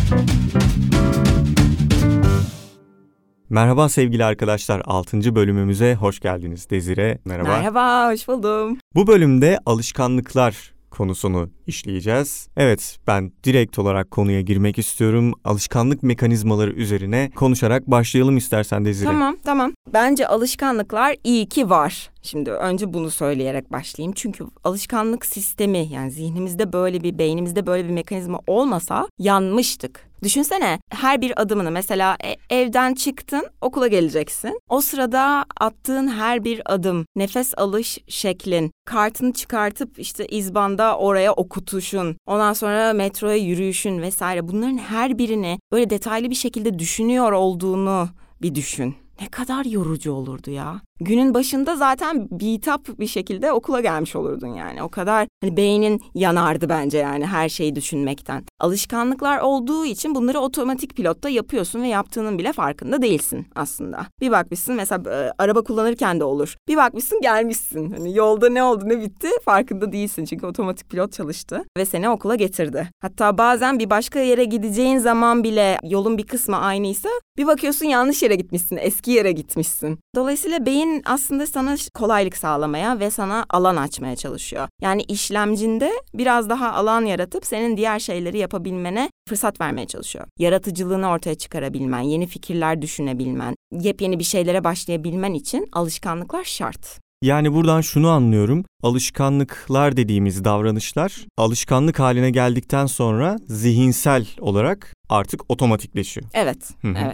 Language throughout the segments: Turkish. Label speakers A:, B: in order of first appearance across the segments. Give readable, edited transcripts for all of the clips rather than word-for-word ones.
A: Merhaba sevgili arkadaşlar, 6. bölümümüze hoş geldiniz. Desire, merhaba.
B: Merhaba, hoş buldum.
A: Bu bölümde alışkanlıklar konusunu işleyeceğiz. Evet, ben direkt olarak konuya girmek istiyorum. Alışkanlık mekanizmaları üzerine konuşarak başlayalım istersen Desire.
B: Tamam. Bence alışkanlıklar iyi ki var. Şimdi önce bunu söyleyerek başlayayım. Çünkü alışkanlık sistemi, yani zihnimizde böyle bir, beynimizde böyle bir mekanizma olmasa yanmıştık. Düşünsene, her bir adımını, mesela evden çıktın, okula geleceksin. O sırada attığın her bir adım, nefes alış şeklin, kartını çıkartıp işte izbanda oraya okutuşun, ondan sonra metroya yürüyüşün vesaire, bunların her birini böyle detaylı bir şekilde düşünüyor olduğunu bir düşün. Ne kadar yorucu olurdu ya. Günün başında zaten bitap bir şekilde okula gelmiş olurdun yani. O kadar beynin yanardı bence yani her şeyi düşünmekten. Alışkanlıklar olduğu için bunları otomatik pilotta yapıyorsun ve yaptığının bile farkında değilsin aslında. Bir bakmışsın mesela araba kullanırken de olur. Bir bakmışsın gelmişsin. Hani yolda ne oldu ne bitti farkında değilsin. Çünkü otomatik pilot çalıştı ve seni okula getirdi. Hatta bazen bir başka yere gideceğin zaman bile yolun bir kısmı aynıysa bir bakıyorsun yanlış yere gitmişsin, eski yere gitmişsin. Dolayısıyla beyin aslında sana kolaylık sağlamaya ve sana alan açmaya çalışıyor. Yani işlemcinde biraz daha alan yaratıp senin diğer şeyleri yapabilmene fırsat vermeye çalışıyor. Yaratıcılığını ortaya çıkarabilmen, yeni fikirler düşünebilmen, yepyeni bir şeylere başlayabilmen için alışkanlıklar şart.
A: Yani buradan şunu anlıyorum. Alışkanlıklar dediğimiz davranışlar alışkanlık haline geldikten sonra zihinsel olarak artık otomatikleşiyor.
B: Evet.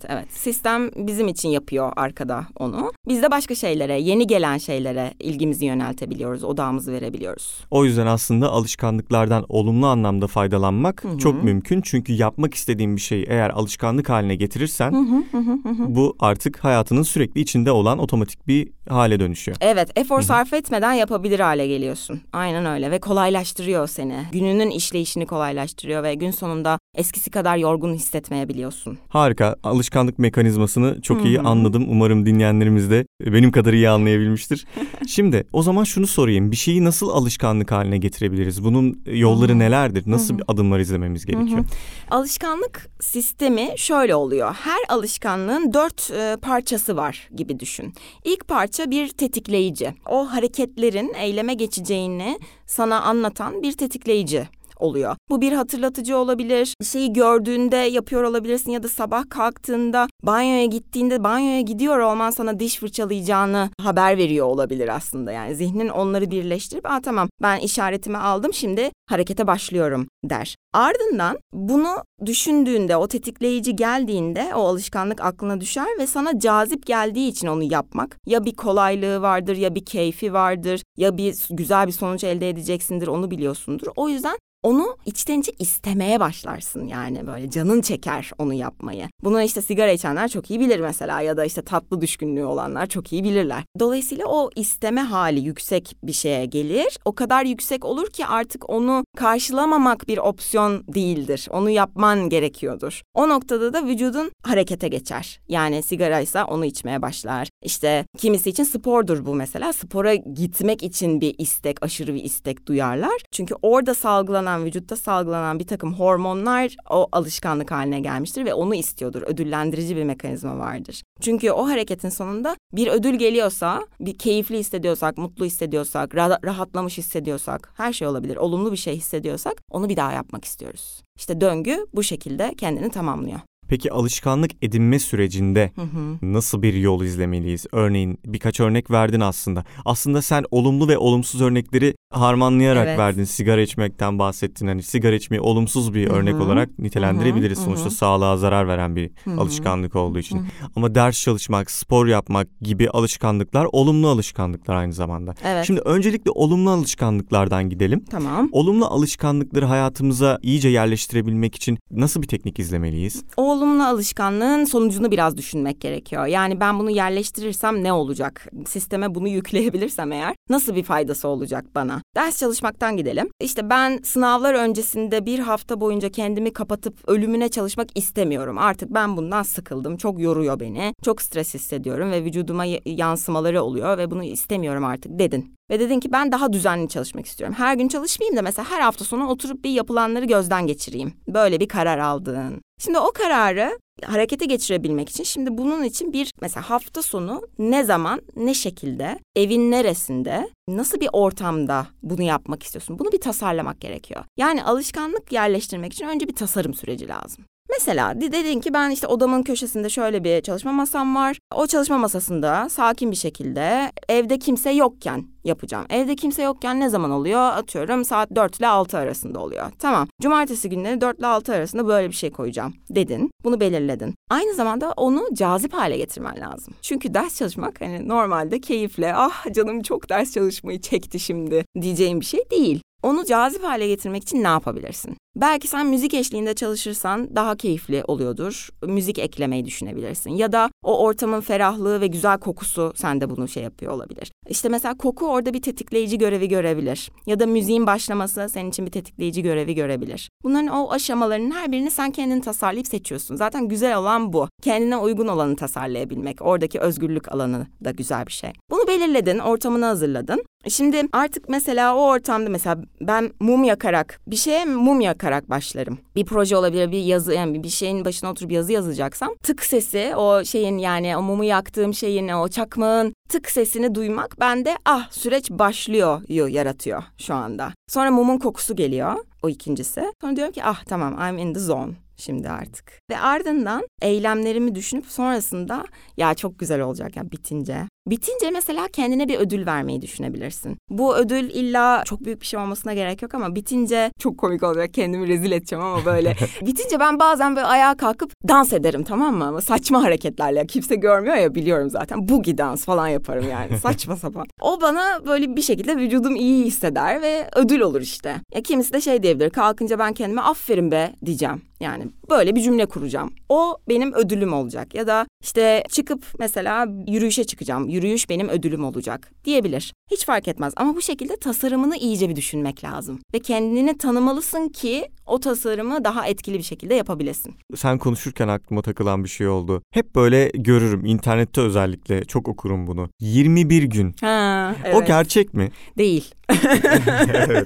B: Sistem bizim için yapıyor arkada onu. Biz de başka şeylere, yeni gelen şeylere ilgimizi yöneltebiliyoruz, odağımızı verebiliyoruz.
A: O yüzden aslında alışkanlıklardan olumlu anlamda faydalanmak çok mümkün. Çünkü yapmak istediğin bir şeyi eğer alışkanlık haline getirirsen bu artık hayatının sürekli içinde olan otomatik bir hale dönüşüyor.
B: Evet, efor sarf etmeden yapabilir hale geliyorsun. Aynen öyle ve kolaylaştırıyor seni. Gününün işleyişini kolaylaştırıyor ve gün sonunda eskisi kadar yorgun hissetmeyebiliyorsun.
A: Harika. Alışkanlık mekanizmasını çok iyi anladım. Umarım dinleyenlerimiz de benim kadar iyi anlayabilmiştir. Şimdi o zaman şunu sorayım. Bir şeyi nasıl alışkanlık haline getirebiliriz? Bunun yolları nelerdir? Nasıl bir adımlar izlememiz gerekiyor?
B: Alışkanlık sistemi şöyle oluyor. Her alışkanlığın 4 parçası var gibi düşün. İlk parça bir tetikleyici. O hareketlerin eyleme geçeceğini sana anlatan bir tetikleyici oluyor. Bu bir hatırlatıcı olabilir. Bir şeyi gördüğünde yapıyor olabilirsin ya da sabah kalktığında, banyoya gittiğinde banyoya gidiyor olman sana diş fırçalayacağını haber veriyor olabilir aslında. Yani zihnin onları birleştirip tamam ben işaretimi aldım şimdi harekete başlıyorum der. Ardından bunu düşündüğünde, o tetikleyici geldiğinde o alışkanlık aklına düşer ve sana cazip geldiği için onu yapmak ya bir kolaylığı vardır ya bir keyfi vardır ya bir güzel bir sonuç elde edeceksindir, onu biliyorsundur. O yüzden onu içten içe istemeye başlarsın, yani böyle canın çeker onu yapmayı. Bunu işte sigara içenler çok iyi bilir mesela ya da işte tatlı düşkünlüğü olanlar çok iyi bilirler. Dolayısıyla o isteme hali yüksek bir şeye gelir. O kadar yüksek olur ki artık onu karşılamamak bir opsiyon değildir. Onu yapman gerekiyordur. O noktada da vücudun harekete geçer. Yani sigaraysa onu içmeye başlar. İşte kimisi için spordur bu mesela. Spora gitmek için bir istek, aşırı bir istek duyarlar. Çünkü orada vücutta salgılanan bir takım hormonlar o alışkanlık haline gelmiştir ve onu istiyordur. Ödüllendirici bir mekanizma vardır. Çünkü o hareketin sonunda bir ödül geliyorsa, bir keyifli hissediyorsak, mutlu hissediyorsak, rahatlamış hissediyorsak, her şey olabilir, olumlu bir şey hissediyorsak onu bir daha yapmak istiyoruz. İşte döngü bu şekilde kendini tamamlıyor.
A: Peki alışkanlık edinme sürecinde nasıl bir yol izlemeliyiz? Örneğin birkaç örnek verdin aslında. Aslında sen olumlu ve olumsuz örnekleri harmanlayarak verdin. Sigara içmekten bahsettin. Hani sigara içmeyi olumsuz bir örnek olarak nitelendirebiliriz. Sonuçta sağlığa zarar veren bir alışkanlık olduğu için. Ama ders çalışmak, spor yapmak gibi alışkanlıklar olumlu alışkanlıklar aynı zamanda.
B: Evet.
A: Şimdi öncelikle olumlu alışkanlıklardan gidelim.
B: Tamam.
A: Olumlu alışkanlıkları hayatımıza iyice yerleştirebilmek için nasıl bir teknik izlemeliyiz?
B: Olumlu alışkanlığın sonucunu biraz düşünmek gerekiyor. Yani ben bunu yerleştirirsem ne olacak? Sisteme bunu yükleyebilirsem eğer nasıl bir faydası olacak bana? Ders çalışmaktan gidelim. İşte ben sınavlar öncesinde bir hafta boyunca kendimi kapatıp ölümüne çalışmak istemiyorum. Artık ben bundan sıkıldım. Çok yoruyor beni. Çok stres hissediyorum ve vücuduma yansımaları oluyor ve bunu istemiyorum artık dedin. Ve dedin ki ben daha düzenli çalışmak istiyorum. Her gün çalışmayayım da mesela her hafta sonu oturup bir yapılanları gözden geçireyim. Böyle bir karar aldın. Şimdi o kararı harekete geçirebilmek için şimdi bunun için bir mesela hafta sonu ne zaman, ne şekilde, evin neresinde, nasıl bir ortamda bunu yapmak istiyorsun? Bunu bir tasarlamak gerekiyor. Yani alışkanlık yerleştirmek için önce bir tasarım süreci lazım. Mesela dedin ki ben işte odamın köşesinde şöyle bir çalışma masam var. O çalışma masasında sakin bir şekilde evde kimse yokken yapacağım. Evde kimse yokken ne zaman oluyor? Atıyorum saat 4 ile 6 arasında oluyor. Tamam. Cumartesi günleri 4 ile 6 arasında böyle bir şey koyacağım dedin. Bunu belirledin. Aynı zamanda onu cazip hale getirmen lazım. Çünkü ders çalışmak hani normalde keyifle canım çok ders çalışmayı çekti şimdi diyeceğim bir şey değil. Onu cazip hale getirmek için ne yapabilirsin? Belki sen müzik eşliğinde çalışırsan daha keyifli oluyordur. Müzik eklemeyi düşünebilirsin. Ya da o ortamın ferahlığı ve güzel kokusu sende bunu yapıyor olabilir. İşte mesela koku orada bir tetikleyici görevi görebilir. Ya da müziğin başlaması senin için bir tetikleyici görevi görebilir. Bunların o aşamalarının her birini sen kendin tasarlayıp seçiyorsun. Zaten güzel olan bu. Kendine uygun olanı tasarlayabilmek. Oradaki özgürlük alanı da güzel bir şey. Bunu belirledin, ortamını hazırladın. Şimdi artık mesela o ortamda mesela ben mum yakarak başlarım. Bir proje olabilir, bir yazı, yani bir şeyin başına oturup yazı yazacaksam tık sesi, o şeyin yani o mumu yaktığım şeyin, o çakmağın tık sesini duymak bende süreç başlıyor yaratıyor şu anda. Sonra mumun kokusu geliyor, o ikincisi. Sonra diyorum ki tamam, I'm in the zone şimdi artık. Ve ardından eylemlerimi düşünüp sonrasında ya çok güzel olacak yani Bitince mesela kendine bir ödül vermeyi düşünebilirsin. Bu ödül illa çok büyük bir şey olmasına gerek yok ama bitince çok komik olacak, kendimi rezil edeceğim ama böyle. Bitince ben bazen böyle ayağa kalkıp dans ederim, tamam mı? Ama saçma hareketlerle, kimse görmüyor ya, biliyorum zaten. Boogie dans falan yaparım yani, saçma sapan. O bana böyle bir şekilde vücudum iyi hisseder ve ödül olur işte. Ya kimisi de diyebilir, kalkınca ben kendime aferin be diyeceğim. Yani böyle bir cümle kuracağım. O benim ödülüm olacak. Ya da işte çıkıp mesela yürüyüşe çıkacağım. Yürüyüş benim ödülüm olacak diyebilir. Hiç fark etmez ama bu şekilde tasarımını iyice bir düşünmek lazım. Ve kendini tanımalısın ki o tasarımı daha etkili bir şekilde yapabilesin.
A: Sen konuşurken aklıma takılan bir şey oldu. Hep böyle görürüm, internette özellikle çok okurum bunu. 21 gün.
B: Evet.
A: O gerçek mi?
B: Değil.
A: Evet.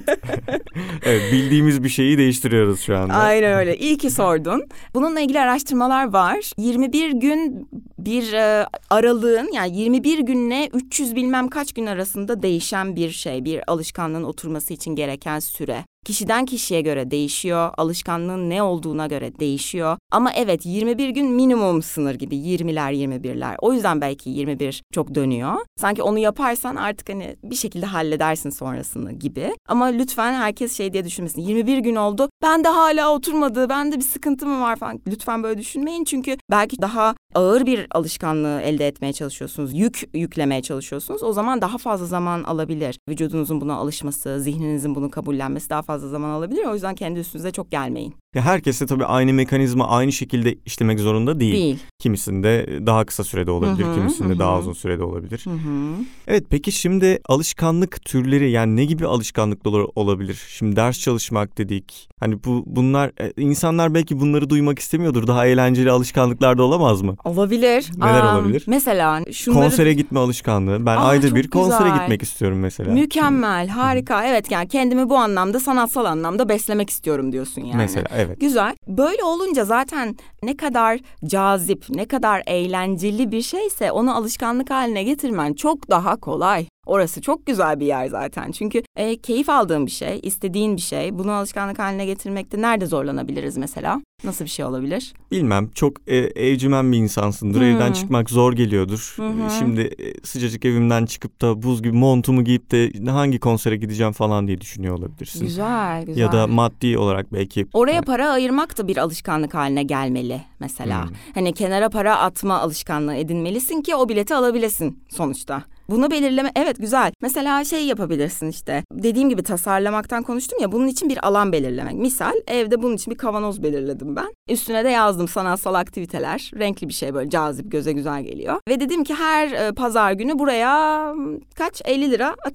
A: Evet, bildiğimiz bir şeyi değiştiriyoruz şu anda.
B: Aynen öyle. İyi ki sordun. Bununla ilgili araştırmalar var. 21 gün bir aralığın, yani 21 günle 300 bilmem kaç gün arasında değişen bir şey. Bir alışkanlığın oturması için gereken süre. Kişiden kişiye göre değişiyor, alışkanlığın ne olduğuna göre değişiyor. Ama evet, 21 gün minimum sınır gibi, 20'ler 21'ler. O yüzden belki 21 çok dönüyor. Sanki onu yaparsan artık hani bir şekilde halledersin sonrasını gibi. Ama lütfen herkes diye düşünmesin. 21 gün oldu, ben de hala oturmadı, bende bir sıkıntı mı var falan. Lütfen böyle düşünmeyin, çünkü belki daha ağır bir alışkanlığı elde etmeye çalışıyorsunuz. Yüklemeye çalışıyorsunuz. O zaman daha fazla zaman alabilir. Vücudunuzun buna alışması, zihninizin bunu kabullenmesi daha fazla zaman alabilir. O yüzden kendi üstünüze çok gelmeyin.
A: Ya herkes de tabii aynı mekanizma aynı şekilde işlemek zorunda değil. Kimisinde daha kısa sürede olabilir, kimisinde daha uzun sürede olabilir. Evet, peki şimdi alışkanlık türleri, yani ne gibi alışkanlıklar olabilir? Şimdi ders çalışmak dedik. Hani bunlar, insanlar belki bunları duymak istemiyordur. Daha eğlenceli alışkanlıklar da olamaz mı?
B: Olabilir.
A: Neler olabilir?
B: Mesela şunları...
A: Konsere gitme alışkanlığı. Ben ayda bir konsere gitmek istiyorum mesela.
B: Mükemmel, harika. Evet, yani kendimi bu anlamda, sanatsal anlamda beslemek istiyorum diyorsun yani.
A: Mesela evet.
B: Güzel. Böyle olunca zaten ne kadar cazip, ne kadar eğlenceli bir şeyse onu alışkanlık haline getirmen çok daha kolay. Orası çok güzel bir yer zaten. Çünkü keyif aldığın bir şey, istediğin bir şey. Bunu alışkanlık haline getirmekte nerede zorlanabiliriz mesela? Nasıl bir şey olabilir?
A: Bilmem. Çok evcimen bir insansındır. Evden çıkmak zor geliyordur. Şimdi sıcacık evimden çıkıp da buz gibi montumu giyip de hangi konsere gideceğim falan diye düşünüyor olabilirsin.
B: Güzel.
A: Ya da maddi olarak belki.
B: Oraya para ayırmak da bir alışkanlık haline gelmeli mesela. Hani kenara para atma alışkanlığı edinmelisin ki o bileti alabilesin sonuçta. Bunu belirleme, evet, güzel. Mesela yapabilirsin işte. Dediğim gibi tasarlamaktan konuştum ya, bunun için bir alan belirlemek. Misal evde bunun için bir kavanoz belirledim ben. Üstüne de yazdım sanatsal aktiviteler. Renkli bir şey, böyle cazip, göze güzel geliyor. Ve dedim ki her pazar günü buraya 50 lira atayım.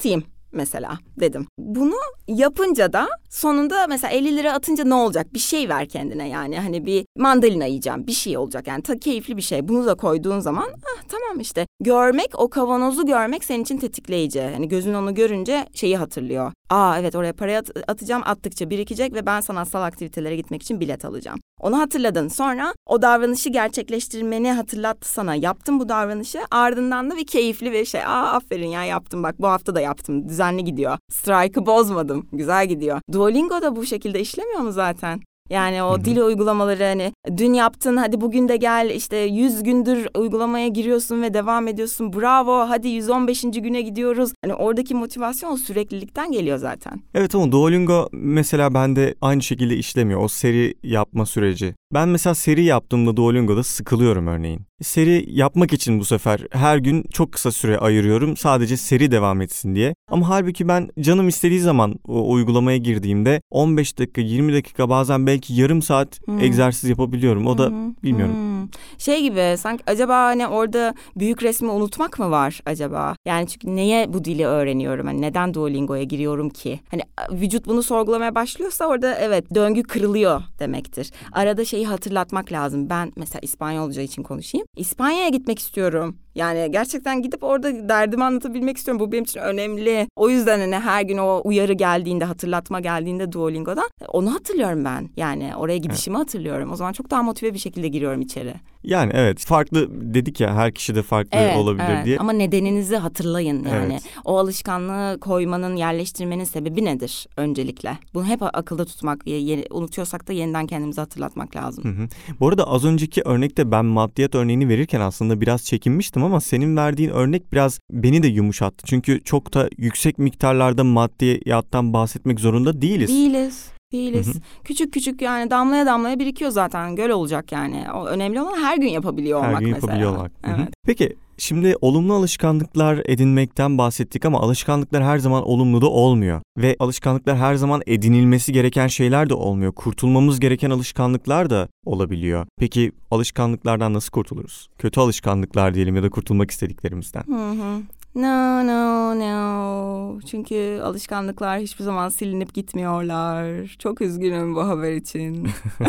B: mesela dedim. Bunu yapınca da sonunda mesela 50 lira atınca ne olacak? Bir şey ver kendine yani. Hani bir mandalina yiyeceğim, bir şey olacak yani keyifli bir şey. Bunu da koyduğun zaman tamam işte. Görmek, o kavanozu görmek senin için tetikleyici. Hani gözün onu görünce şeyi hatırlıyor. Evet oraya parayı atacağım, attıkça birikecek ve ben sanatsal aktivitelere gitmek için bilet alacağım. Onu hatırladın. Sonra o davranışı gerçekleştirmeni hatırlattı sana. Yaptın bu davranışı. Ardından da bir keyifli bir şey. Aferin ya yaptım bak bu hafta da yaptım. Düzenli gidiyor. Strike'ı bozmadım. Güzel gidiyor. Duolingo da bu şekilde işlemiyor mu zaten? Yani o dil uygulamaları hani dün yaptın hadi bugün de gel işte 100 gündür uygulamaya giriyorsun ve devam ediyorsun. Bravo hadi 115. güne gidiyoruz. Hani oradaki motivasyon o süreklilikten geliyor zaten.
A: Evet ama Duolingo mesela bende aynı şekilde işlemiyor. O seri yapma süreci. Ben mesela seri yaptığımda Duolingo'da sıkılıyorum örneğin. Seri yapmak için bu sefer her gün çok kısa süre ayırıyorum sadece seri devam etsin diye. Ama halbuki ben canım istediği zaman o uygulamaya girdiğimde 15 dakika 20 dakika bazen belki yarım saat egzersiz yapabiliyorum. O da bilmiyorum.
B: Şey gibi sanki acaba hani orada büyük resmi unutmak mı var acaba? Yani çünkü neye bu dili öğreniyorum? Hani neden Duolingo'ya giriyorum ki? Hani vücut bunu sorgulamaya başlıyorsa orada evet döngü kırılıyor demektir. Arada şeyi hatırlatmak lazım. Ben mesela İspanyolca için konuşayım. İspanya'ya gitmek istiyorum. Yani gerçekten gidip orada derdimi anlatabilmek istiyorum. Bu benim için önemli. O yüzden hani her gün o uyarı geldiğinde, hatırlatma geldiğinde Duolingo'dan onu hatırlıyorum ben. Yani oraya gidişimi hatırlıyorum. O zaman çok daha motive bir şekilde giriyorum içeri.
A: Yani evet farklı dedik ya her kişi de farklı olabilir diye.
B: Ama nedeninizi hatırlayın yani.
A: Evet.
B: O alışkanlığı koymanın, yerleştirmenin sebebi nedir öncelikle? Bunu hep akılda tutmak, unutuyorsak da yeniden kendimize hatırlatmak lazım.
A: Bu arada az önceki örnekte ben maddiyat örneğini verirken aslında biraz çekinmiştim ama senin verdiğin örnek biraz beni de yumuşattı. Çünkü çok da yüksek miktarlarda maddiyattan bahsetmek zorunda değiliz.
B: Değiliz. Küçük küçük yani damlaya damlaya birikiyor zaten. Göl olacak yani. O önemli olan her gün yapabiliyor olmak mesela.
A: Her gün yapabiliyor olmak.
B: Evet.
A: Peki şimdi olumlu alışkanlıklar edinmekten bahsettik ama alışkanlıklar her zaman olumlu da olmuyor. Ve alışkanlıklar her zaman edinilmesi gereken şeyler de olmuyor. Kurtulmamız gereken alışkanlıklar da olabiliyor. Peki alışkanlıklardan nasıl kurtuluruz? Kötü alışkanlıklar diyelim ya da kurtulmak istediklerimizden.
B: No. Çünkü alışkanlıklar hiçbir zaman silinip gitmiyorlar. Çok üzgünüm bu haber için.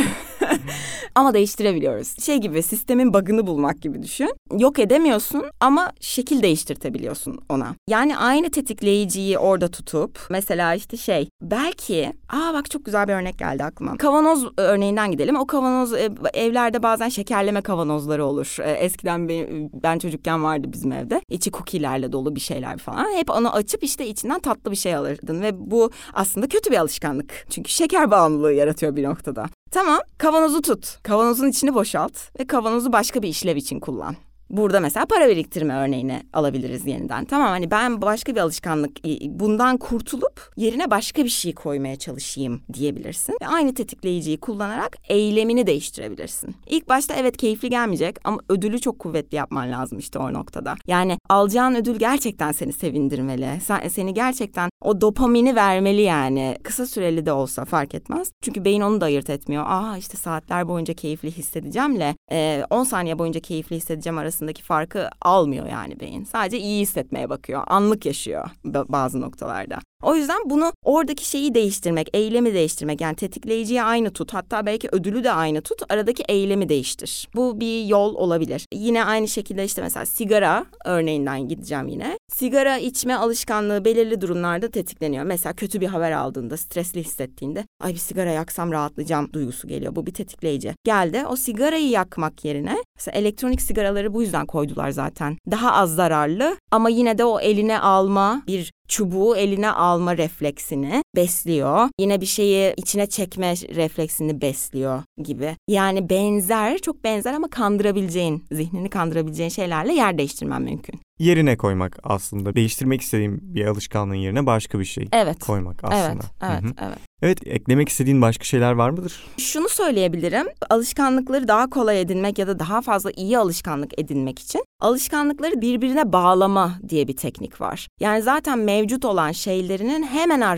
B: Ama değiştirebiliyoruz. Şey gibi sistemin bug'ını bulmak gibi düşün. Yok edemiyorsun ama şekil değiştirtebiliyorsun ona. Yani aynı tetikleyiciyi orada tutup mesela işte belki bak çok güzel bir örnek geldi aklıma. Kavanoz örneğinden gidelim. O kavanoz evlerde bazen şekerleme kavanozları olur. Eskiden ben çocukken vardı bizim evde. İçi cookie'lerle dolu bir şeyler falan. Hep onu açıp işte içinden tatlı bir şey alırdın ve bu aslında kötü bir alışkanlık. Çünkü şeker bağımlılığı yaratıyor bir noktada. Tamam, kavanozu tut. Kavanozun içini boşalt ve kavanozu başka bir işlev için kullan. Burada mesela para biriktirme örneğini alabiliriz yeniden. Tamam hani ben başka bir alışkanlık bundan kurtulup yerine başka bir şey koymaya çalışayım diyebilirsin. Ve aynı tetikleyiciyi kullanarak eylemini değiştirebilirsin. İlk başta evet keyifli gelmeyecek ama ödülü çok kuvvetli yapman lazım işte o noktada. Yani alacağın ödül gerçekten seni sevindirmeli. Seni gerçekten o dopamini vermeli yani. Kısa süreli de olsa fark etmez. Çünkü beyin onu da ayırt etmiyor. İşte saatler boyunca keyifli hissedeceğimle 10 saniye boyunca keyifli hissedeceğim arasındaki farkı almıyor yani beyin. Sadece iyi hissetmeye bakıyor. Anlık yaşıyor bazı noktalarda. O yüzden bunu oradaki şeyi değiştirmek, eylemi değiştirmek yani tetikleyiciyi aynı tut. Hatta belki ödülü de aynı tut. Aradaki eylemi değiştir. Bu bir yol olabilir. Yine aynı şekilde işte mesela sigara örneğinden gideceğim yine. Sigara içme alışkanlığı belirli durumlarda tetikleniyor. Mesela kötü bir haber aldığında, stresli hissettiğinde bir sigara yaksam rahatlayacağım duygusu geliyor. Bu bir tetikleyici. Geldi o sigarayı yakmak yerine mesela elektronik sigaraları bu yüzden koydular zaten. Daha az zararlı ama yine de o eline alma bir çubuğu eline alma refleksini besliyor. Yine bir şeyi içine çekme refleksini besliyor gibi. Yani çok benzer ama zihnini kandırabileceğin şeylerle yer değiştirmen mümkün.
A: Yerine koymak aslında. Değiştirmek istediğim bir alışkanlığın yerine başka bir şey koymak aslında.
B: Evet.
A: Evet, eklemek istediğin başka şeyler var mıdır?
B: Şunu söyleyebilirim. Alışkanlıkları daha kolay edinmek ya da daha fazla iyi alışkanlık edinmek için alışkanlıkları birbirine bağlama diye bir teknik var. Yani zaten mevcut olan şeylerinin hemen arkasına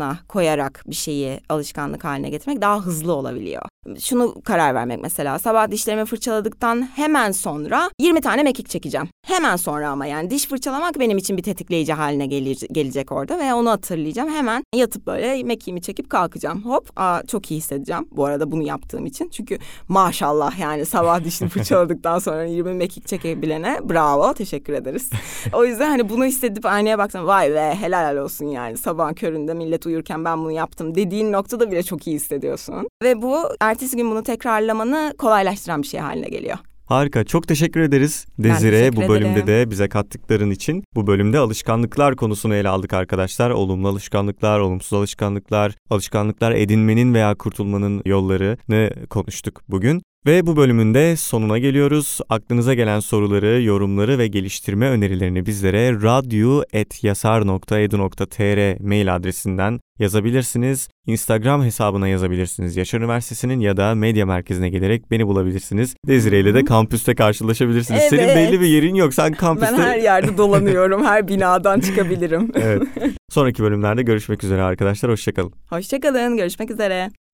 B: kafana koyarak bir şeyi alışkanlık haline getirmek daha hızlı olabiliyor. Şunu karar vermek mesela, sabah dişlerimi fırçaladıktan hemen sonra 20 tane mekik çekeceğim. Hemen sonra ama yani diş fırçalamak benim için bir tetikleyici haline gelecek orada ve onu hatırlayacağım. Hemen yatıp böyle mekiğimi çekip kalkacağım. Hop, çok iyi hissedeceğim bu arada bunu yaptığım için. Çünkü maşallah yani sabah dişini fırçaladıktan sonra 20 mekik çekebilene bravo, teşekkür ederiz. O yüzden hani bunu hissedip aynaya baksam vay be helal olsun yani sabahın köründe millet uyurken ben bunu yaptım dediğin noktada bile çok iyi hissediyorsun. Ve bu ertesi gün bunu tekrarlamanı kolaylaştıran bir şey haline geliyor.
A: Harika. Çok teşekkür ederiz Desire bu bölümde de bize kattıkların için. Bu bölümde alışkanlıklar konusunu ele aldık arkadaşlar. Olumlu alışkanlıklar, olumsuz alışkanlıklar, alışkanlıklar edinmenin veya kurtulmanın yollarını konuştuk bugün. Ve bu bölümün de sonuna geliyoruz. Aklınıza gelen soruları, yorumları ve geliştirme önerilerini bizlere radyo@yasar.edu.tr mail adresinden yazabilirsiniz. Instagram hesabına yazabilirsiniz Yaşar Üniversitesi'nin ya da medya merkezine gelerek beni bulabilirsiniz. Desire ile de kampüste karşılaşabilirsiniz. Evet. Senin belli bir yerin yok. Sen kampüste...
B: Ben her yerde dolanıyorum. Her binadan çıkabilirim.
A: Evet. Sonraki bölümlerde görüşmek üzere arkadaşlar. Hoşçakalın.
B: Hoşçakalın. Görüşmek üzere.